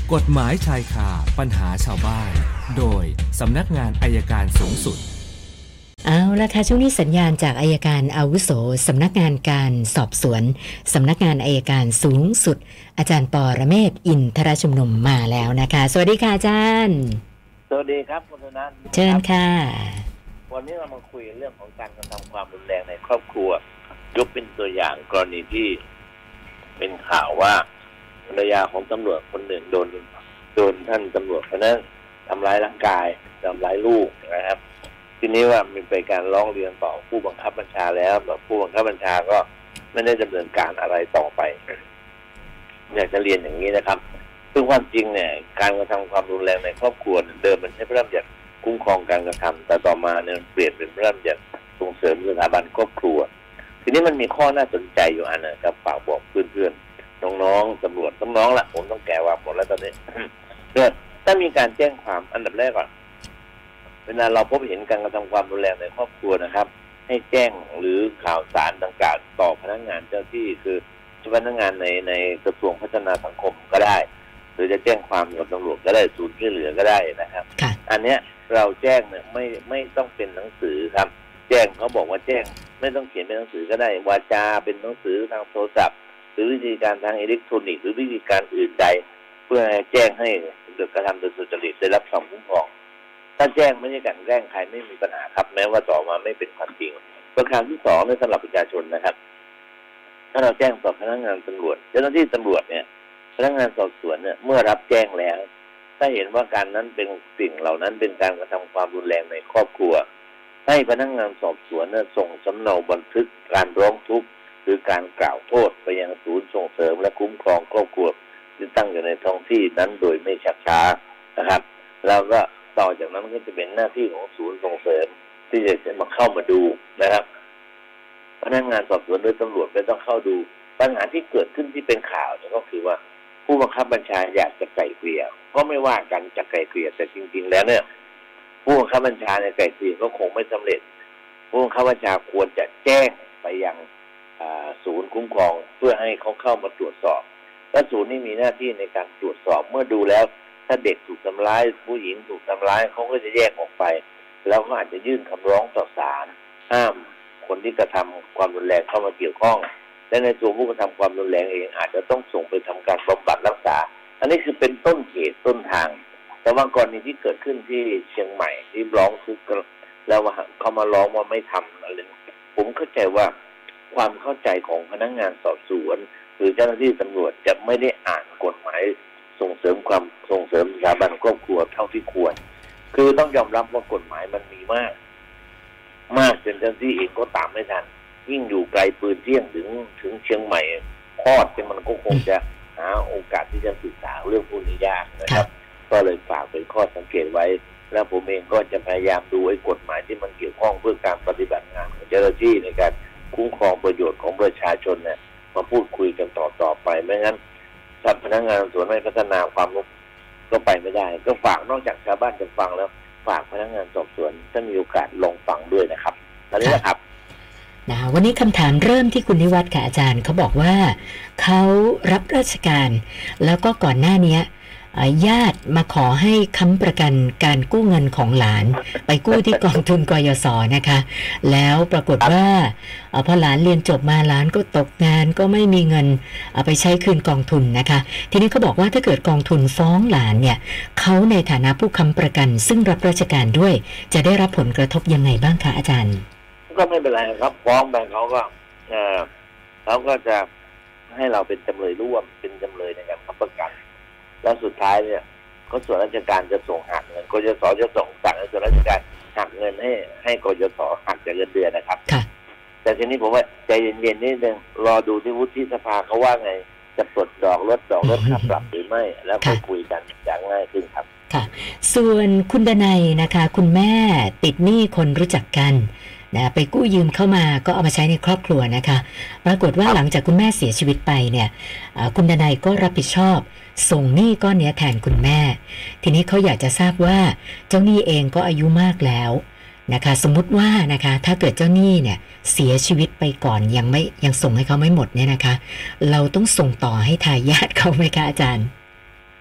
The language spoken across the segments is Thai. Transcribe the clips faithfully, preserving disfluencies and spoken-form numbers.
กฎหมายชายคาปัญหาชาวบ้านโดยสำนักงานอัยการสูงสุดเอาละค่ะช่วงนี้สัญญาณจากอัยการอาวุโสสำนักงานการสอบสวนสำนักงานอัยการสูงสุดอาจารย์ปรเมศวร์อินทรชุมนุมมาแล้วนะคะสวัสดีค่ะอาจารย์สวัสดีครับคุณธนัทเชิญค่ะวันนี้เรามาคุยเรื่องของการกระทำความรุนแรงในครอบครัวยกเป็นตัวอย่างกรณีที่เป็นข่าวว่าภรรยาของตำรวจคนหนึ่งโดนโดนท่านตำรวจคนนั้นทำร้ายร่างกายทำร้ายลูกนะครับทีนี้ว่ามีไปการร้องเรียนต่อผู้บังคับบัญชาแล้วแต่ผู้บังคับบัญชาก็ไม่ได้ดำเนินการอะไรต่อไปอยากจะเรียนอย่างนี้นะครับซึ่งความจริงเนี่ยการกระทำความรุนแรงในครอบครัวเดิมมันใช้พระราชบัญญัติคุ้มครองการกระทำแต่ต่อมาเนี่ยเปลี่ยนเป็นพระราชบัญญัติส่งเสริมสถาบันครอบครัวทีนี้มันมีข้อน่าสนใจอยู่อันนะครับฝากบอกเพื่อนๆน้องๆตำรวจน้องๆละผมต้องแก่ว่าหมดแล้วตอนนี้เนี่ยถ้ามีการแจ้งความอันดับแรกก่อนเวลาเราพบเห็นการกระทำความรุนแรงในครอบครัวนะครับให้แจ้งหรือข่าวสารดังกล่าวต่อพนักงานเจ้าที่คือพนักงานในในกระทรวงพัฒนาสังคมก็ได้หรือจะแจ้งความกับตำรวจก็ได้ศูนย์ช่วยเหลือก็ได้นะครับอันเนี้ยเราแจ้งเนี่ยไม่ไม่ต้องเป็นหนังสือครับแจ้งเขาบอกว่าแจ้งไม่ต้องเขียนเป็นหนังสือก็ได้วาจาเป็นหนังสือทางโทรศัพท์หรือวิธีการทางอิเล็กทรอนิกส์หรือวิธีการอื่นใดเพื่อแจ้งให้เกิดกระทำโดยสุจริตได้รับความคุ้มครองถ้าแจ้งไม่ใช่การแกล้งใครไม่มีปัญหาครับแม้ว่าต่อมาไม่เป็นความจริงประการที่สองในสำหรับประชาชนนะครับถ้าเราแจ้งต่อพนักงานตำรวจเจ้าหน้าที่ตำรวจเนี่ยพนักงานสอบสวนเนี่ยเมื่อรับแจ้งแล้วถ้าเห็นว่าการนั้นเป็นสิ่งเหล่านั้นเป็นการกระทำความรุนแรงในครอบครัวให้พนักงานสอบสวนเนี่ยส่งสำเนาบันทึกการร้องทุกข์หรือการกล่าวโทษไปยังศูนย์ส่งเสริมและคุ้มครองครอบครัวที่ตั้งอยู่ในท้องที่นั้นโดยไม่ชักช้านะครับแล้วก็ต่อจากนั้นก็จะเป็นหน้าที่ของศูนย์ส่งเสริมที่จะมาเข้ามาดูนะครับพนักงานสอบสวนโดยตำรวจไม่ต้องเข้าดูปัญหาที่เกิดขึ้นที่เป็นข่าวเนี่ยก็คือว่าผู้บังคับบัญชาอยากจะไกล่เกลี่ยก็ไม่ว่ากันจะไกล่เกลี่ยแต่จริงๆแล้วเนี่ยผู้บังคับบัญชาในไกล่เกลี่ยก็คงไม่สำเร็จผู้บังคับบัญชาควรจะแจ้งไปยังศูนย์คุ้มครองเพื่อให้เขาเข้ามาตรวจสอบและศูนย์นี้มีหน้าที่ในการตรวจสอบเมื่อดูแล้วถ้าเด็กถูกทำร้ายผู้หญิงถูกทำร้ายเขาก็จะแยกออกไปแล้วก็อาจจะยื่นคำร้องต่อศาลห้ามคนที่กระทำความรุนแรงเข้ามาเกี่ยวข้องและในตัวผู้กระทำความรุนแรงเองอาจจะต้องส่งไปทำการบำบัดรักษาอันนี้คือเป็นต้นเหตุต้นทางแต่ว่ากรณีที่เกิดขึ้นที่เชียงใหม่ที่ร้องทุกข์แล้วเขามาร้องว่าไม่ทำอะไรผมเข้าใจว่าความเข้าใจของพนักงานสอบสวนหรือเจ้าหน้าที่ตำรวจจะไม่ได้อ่านกฎหมายส่งเสริมความส่งเสริมสถาบันครอบครัวเท่าที่ควรคือต้องยอมรับว่ากฎหมายมันมีมากมากจนเจ้าหน้าที่เองก็ตามไม่ทันยิ่งอยู่ไกลปืนเที่ยงถึงถึงเชียงใหม่พอดที่มันก็คงจะหาโอกาสที่จะศึกษาเรื่องพวกนี้ยากนะครับก็เลยฝากเป็นข้อสังเกตไว้แล้วผมเองก็จะพยายามดูไอ้กฎหมายที่มันเกี่ยวข้องเพื่อการปฏิบัติงานของเจ้าหน้าที่ในการคุ้มครองประโยชน์ของประชาชนเนี่ยมาพูดคุยกันต่อต่อไปไม่งั้นถ้าพนักงานสวนไม่พัฒนาความรู้ก็ไปไม่ได้ก็ฝากนอกจากชาวบ้านจะฟังแล้วฝากพนักงานสอบสวนถ้ามีโอกาสลองฟังด้วยนะครับตอนนี้นะครับนะวันนี้คำถามเริ่มที่คุณนิวัฒน์ค่ะอาจารย์เขาบอกว่าเขารับราชการแล้วก็ก่อนหน้านี้ญาติมาขอให้ค้ำประกันการกู้เงินของหลานไปกู้ที่กองทุนกยศนะคะแล้วปรากฏว่าพอหลานเรียนจบมาหลานก็ตกงานก็ไม่มีเงินเอาไปใช้คืนกองทุนนะคะทีนี้เขาบอกว่าถ้าเกิดกองทุนฟ้องหลานเนี่ยเขาในฐานะผู้ค้ำประกันซึ่งรับราชการด้วยจะได้รับผลกระทบยังไงบ้างคะอาจารย์ก็ไม่เป็นไรครับฟ้องไปเขาก็เออเขาก็จะให้เราเป็นจำเลยร่วมเป็นจำเลยในการค้ำประกันแล้วสุดท้ายเนี่ยก็ส่วนราชการจะส่งหักเงินกยศจะส่งสั่งให้ส่วนราชการหักเงินให้ให้กยศหักจากเงินเดือนนะครับแต่ทีนี้ผมว่าใจเย็นๆนิดนึงรอดูที่วุฒิสภาเขาว่าไงจะปลดดอกลดดอกลดค่าปรับหรือไม่แล้วค่อยคุยกันอย่างง่ายขึ้นครับค่ะส่วนคุณดนัยนะคะคุณแม่ติดหนี้คนรู้จักกันนะไปกู้ยืมเข้ามาก็เอามาใช้ในครอบครัวนะคะปรากฏว่าหลังจากคุณแม่เสียชีวิตไปเนี่ยคุณดนัยก็รับผิดชอบส่งหนี้ก้อนนี้แทนคุณแม่ทีนี้เขาอยากจะทราบว่าเจ้าหนี้เองก็อายุมากแล้วนะคะสมมุติว่านะคะถ้าเกิดเจ้าหนี้เนี่ยเสียชีวิตไปก่อนยังไม่ยังส่งให้เขาไม่หมดเนี่ยนะคะเราต้องส่งต่อให้ทายาทเขาไหมคะอาจารย์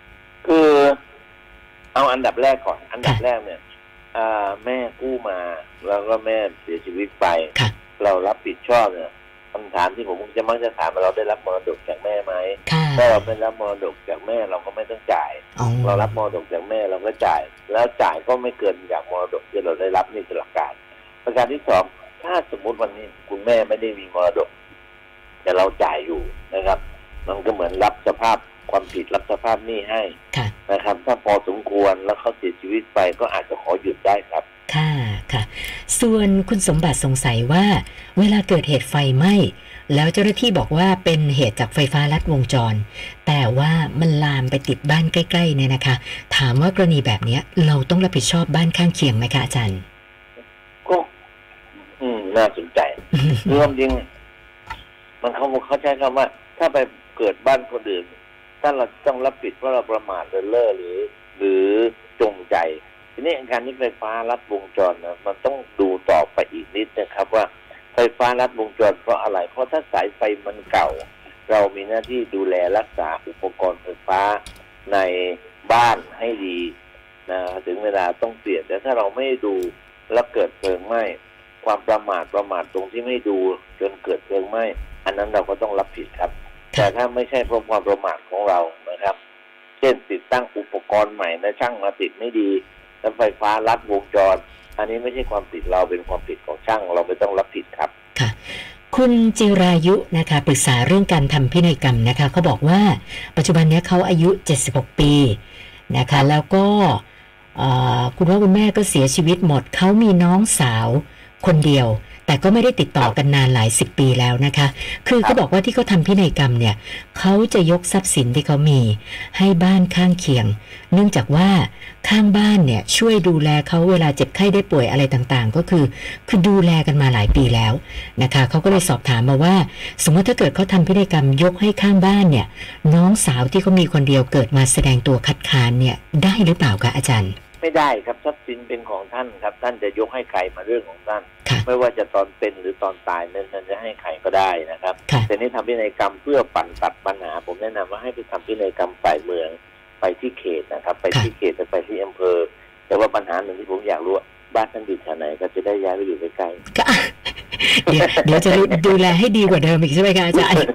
คือเอาอันดับแรกก่อนอันดับแรกเนี่ยแม่กู้มาแล้วก็แม่เสียชีวิตไปเรารับผิดชอบเนี่ยคำถามที่ผมจะมักจะถามว่าเราได้รับมรดกจากแม่ไหมถ้าเราไม่รับมรดกจากแม่เราก็ไม่ต้องจ่ายเรารับมรดกจากแม่เราก็จ่ายแล้วจ่ายก็ไม่เกินจากมรดกที่เราได้รับนี่คือหลักการประการที่สองถ้าสมมุติวันนี้คุณแม่ไม่ได้มีมรดกแต่เราจ่ายอยู่นะครับมันก็เหมือนรับสภาพความผิดรับสภาพหนี้ให้นะครับถ้าพอสมควรแล้วเขาเสียชีวิตไปก็อาจจะขอหยุดได้ครับค่ะค่ะส่วนคุณสมบัติสงสัยว่าเวลาเกิดเหตุไฟไหม้แล้วเจ้าหน้าที่บอกว่าเป็นเหตุจากไฟฟ้าลัดวงจรแต่ว่ามันลามไปติดบ้านใกล้ๆเนี่ยนะคะถามว่ากรณีแบบนี้เราต้องรับผิดชอบบ้านข้างเคียงไหมคะอาจารย์ก็อืมน่าสนใจเรื่องจริงมันเขาเขาใช้คำว่าถ้าไปเกิดบ้านคนอื่นถ้าเราต้องรับผิดว่าเราประมาทเลินเล่อหรือหรือจงใจทีนี้การที่ไฟฟ้าลัดวงจรนะมันต้องดูต่อไปอีกนิดนะครับว่าไฟฟ้าลัดวงจรเพราะอะไรเพราะถ้าสายไฟมันเก่าเรามีหน้าที่ดูแลรักษาอุปกรณ์ไฟฟ้าในบ้านให้ดีนะถึงเวลาต้องเปลี่ยนแต่ถ้าเราไม่ดูแล้วเกิดเพลิงไหม้ความประมาทประมาทตรงที่ไม่ดูจนเกิดเพลิงไหม้อันนั้นเราก็ต้องรับผิดครับแต่ถ้าไม่ใช่เพราะความประมาทของเรานะครับเช่นติดตั้งอุปกรณ์ใหม่นะช่างมาติดไม่ดีแล้วไฟฟ้าลัดวงจรอันนี้ไม่ใช่ความผิดเราเป็นความผิดของช่างเราไม่ต้องรับผิดครับค่ะคุณจิรายุนะคะปรึกษาเรื่องการทำพินัยกรรมนะคะเขาบอกว่าปัจจุบันนี้เขาอายุเจ็ดสิบหกปีนะคะแล้วก็คุณพ่อคุณแม่ก็เสียชีวิตหมดเขามีน้องสาวคนเดียวแต่ก็ไม่ได้ติดต่อกันนานหลายสิบปีแล้วนะคะคือเขาบอกว่าที่เขาทำพินัยกรรมเนี่ยเขาจะยกทรัพย์สินที่เขามีให้บ้านข้างเคียงเนื่องจากว่าข้างบ้านเนี่ยช่วยดูแลเขาเวลาเจ็บไข้ได้ป่วยอะไรต่างๆก็คือคือดูแลกันมาหลายปีแล้วนะคะเขาก็เลยสอบถามมาว่าสมมติถ้าเกิดเขาทำพินัยกรรมยกให้ข้างบ้านเนี่ยน้องสาวที่เขามีคนเดียวเกิดมาแสดงตัวคัดค้านเนี่ยได้หรือเปล่าคะอาจารย์ไม่ได้ครับทรัพย์สินเป็นของท่านครับท่านจะยกให้ใครมาเรื่องของท่านไม่ว่าจะตอนเป็นหรือตอนตายนั้นท่านจะให้ใครก็ได้นะครับแต่นี่ทำพินัยกรรมเพื่อปั่นตัดปัญหาผมแนะนำว่าให้ไปทำพินัยกรรมฝ่ายเมืองไปที่เขตนะครับไปที่เขตไปที่อำเภอแต่ว่าปัญหาหนึ่งที่ผมอยากรู้ว่าบ้านท่านอยู่แถวไหนก็จะได้ย้ายไปอยู่ใกล้ๆเดี๋ยวเดี๋ยวจะดูแลให้ดีกว่าเดิมอีกใช่ไหมคะอาจารย์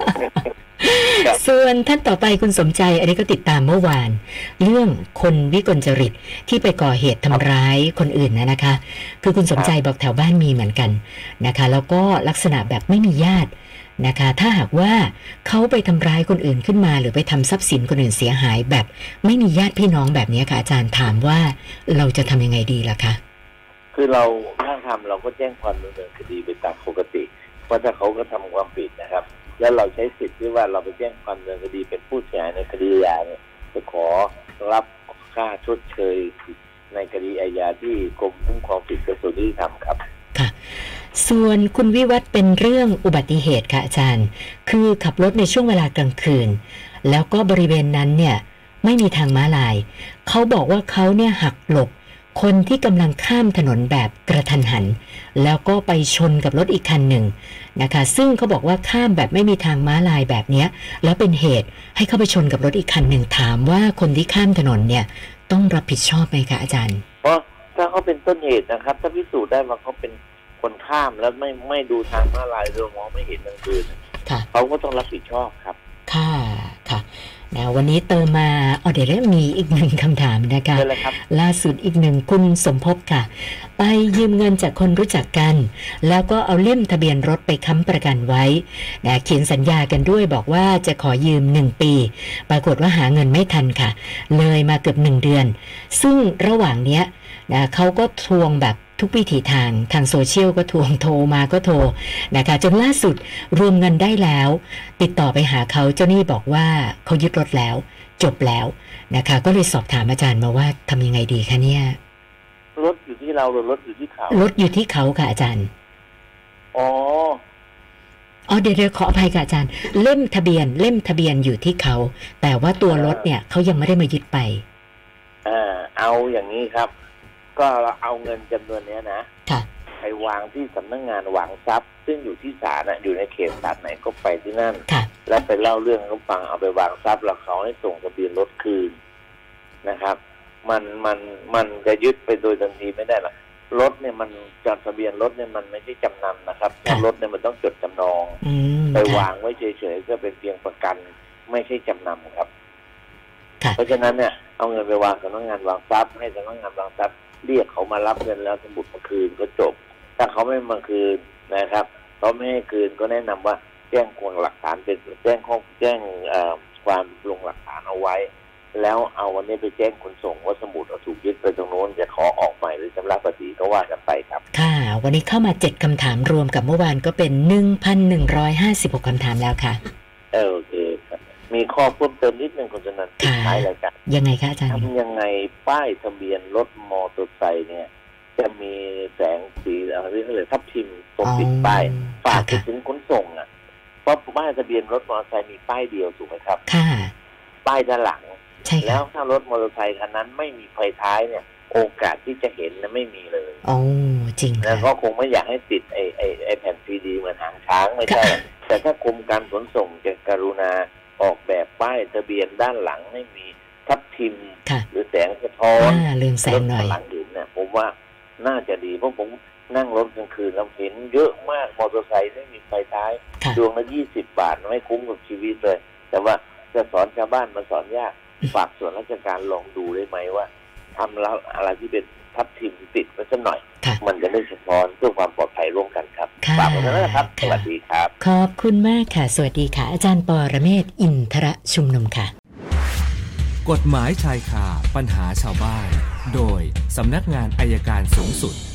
ส่วนท่านต่อไปคุณสมใจอันนี้ก็ติดตามเมื่อวานเรื่องคนวิกลจริตที่ไปก่อเหตุทำร้ายคนอื่นนะนะคะคือคุณสมใจบอกแถวบ้านมีเหมือนกันนะคะแล้วก็ลักษณะแบบไม่มีญาตินะคะถ้าหากว่าเขาไปทำร้ายคนอื่นขึ้นมาหรือไปทำทรัพย์สินคนอื่นเสียหายแบบไม่มีญาติพี่น้องแบบนี้ค่ะอาจารย์ถามว่าเราจะทำยังไงดีล่ะคะคือเราถ้าทำเราก็แจ้งความดำเนินคดีไปตามปกติเพราะถ้าเขาก็ทำความผิดนะครับแล้วเราใช้สิทธิ์ที่ว่าเราไปแจ้งความดำเนินคดีเป็นผู้เสียหายในคดีอาญาเนี่ยจะขอรับค่าชดเชยในคดีอาญาที่กรมคุ้มครองสิทธิกระทรวงยุติธรรมครับค่ะส่วนคุณวิวัฒน์เป็นเรื่องอุบัติเหตุค่ะอาจารย์คือขับรถในช่วงเวลากลางคืนแล้วก็บริเวณนั้นเนี่ยไม่มีทางม้าลายเขาบอกว่าเขาเนี่ยหักหลบคนที่กำลังข้ามถนนแบบกระทันหันแล้วก็ไปชนกับรถอีกคันหนึ่งนะคะซึ่งเขาบอกว่าข้ามแบบไม่มีทางม้าลายแบบนี้แล้วเป็นเหตุให้เข้าไปชนกับรถอีกคันหนึ่งถามว่าคนที่ข้ามถนนเนี่ยต้องรับผิดชอบไหมคะอาจารย์เพราะถ้าเขาเป็นต้นเหตุนะครับถ้าพิสูจน์ได้ว่าเขาเป็นคนข้ามแล้วไม่ไม่ดูทางม้าลายหรือมองไม่เห็นกลางคืนเขาก็ต้องรับผิดชอบครับค่ะค่ะนะวันนี้เติมมาอ๋อเดี๋ยวแล้วมีอีกหนึ่งคำถามนะคะล่าสุดอีกหนึ่งคุณสมภพค่ะไปยืมเงินจากคนรู้จักกันแล้วก็เอาเล่มทะเบียนรถไปค้ำประกันไว้นะเขียนสัญญากันด้วยบอกว่าจะขอยืมหนึ่งปีปรากฏว่าหาเงินไม่ทันค่ะเลยมาเกือบหนึ่งเดือนซึ่งระหว่างเนี้ยนะเขาก็ทวงแบบทุกวิถีทางทางโซเชียลก็ทวงโทรมาก็โทรนะคะจนล่าสุดรวมเงินได้แล้วติดต่อไปหาเขาเจ้าหนี้บอกว่าเขายึดรถแล้วจบแล้วนะคะก็เลยสอบถามอาจารย์มาว่าทำยังไงดีคะเนี่ยรถอยู่ที่เราหรือรถอยู่ที่เขารถอยู่ที่เขาค่ะอาจารย์อ๋ออ๋อเดี๋ยวๆขออภัยค่ะอาจารย์เล่มทะเบียนเล่มทะเบียนอยู่ที่เขาแต่ว่าตัวรถเนี่ยเขายังไม่ได้มายึดไปอ่าเอาอย่างนี้ครับก็เอาเงินจำนวนนี้นะไปวางที่สำนักงานวางทรัพย์ซึ่งอยู่ที่ศาลนะอยู่ในเขตศาลไหนก็ไปที่นั่นแล้วไปเล่าเรื่องเขาฟังเอาไปวางทรัพย์แล้วเขาให้ส่งทะเบียนรถคืนนะครับมันมันมันจะยึดไปโดยทันทีไม่ได้หรอกรถเนี่ยมันจดทะเบียนรถเนี่ยมันไม่ใช่จำนำนะครับรถเนี่ยมันต้องจดจำนองไปวางไว้เฉยๆก็เป็นเพียงประกันไม่ใช่จำนำครับเพราะฉะนั้นเนี่ยเอาเงินไปวางสำนักงานวางทรัพย์ให้สำนักงานวางทรัพย์เรียกเขามารับเงินแล้วสมุดมาคืนก็จบถ้าเขาไม่มาคืนนะครับเขาไม่ให้คืนก็แนะนำว่าแจ้งความหลักฐานเป็นแจ้งข้อแจ้งความลงหลักฐานเอาไว้แล้วเอาวันนี้ไปแจ้งขนส่งว่าสมุดเอาถูกยึดไปตรงโน้นจะขอออกใหม่หรือชำระภาษีก็ว่ากันไปครับค่ะวันนี้เข้ามาเจ็ดคำถามรวมกับเมื่อวานก็เป็น หนึ่งพันหนึ่งร้อยห้าสิบหก คำถามแล้วค่ะเออโอเคครับมีข้อเพิ่มเติมนิดนึงคุณชนันท์ท้ายรายการยังไงคะอาจารย์ทำยังไงป้ายทะเบียนรถมอเตอร์ไซค์เนี่ยจะมีแสงสีอะไรเรียกทับทิมตรงติดป้ายฝากไปถึงขนส่งอ่ะเพราะป้ายทะเบียนรถมอเตอร์ไซค์มีป้ายเดียวถูกไหมครับค่ะป้ายด้านหลังแล้วถ้ารถมอเตอร์ไซค์คันนั้นไม่มีไฟท้ายเนี่ยโอกาสที่จะเห็นนะไม่มีเลยโอ้จริงแล้วก็คงไม่อยากให้ติดไอ้ไอ้ไอ้แผ่นซีดีเหมือนหางช้างไม่ใช่แต่ถ้ากรมการขนส่งจะกรุณาออกแบบป้ายทะเบียนด้านหลังให้มีทับทิมหรือแสงสะท้อนเรื่องแสงหน่อยหลังเห็นเนี่ยผมว่าน่าจะดีเพราะผมนั่งรถกลางคืนแล้วเห็นเยอะมากมอเตอร์ไซค์ไม่มีไฟท้ายดวงละยี่สิบบาทไม่คุ้มกับชีวิตเลยแต่ว่าจะสอนชาวบ้านมาสอนยากฝากส่วนราชการลองดูได้ไหมว่าทำแล้วอะไรที่เป็นทับทิมติดไว้สักหน่อยมันจะได้สะท้อนเพื่อความปลอดภัยร่วมกันครับฝากไว้นะครับสวัสดีครับขอบคุณมากค่ะสวัสดีค่ะอาจารย์ปรเมศวร์อินทรชุมนุมค่ะกฎหมายชายคาปัญหาชาวบ้านโดยสำนักงานอัยการสูงสุด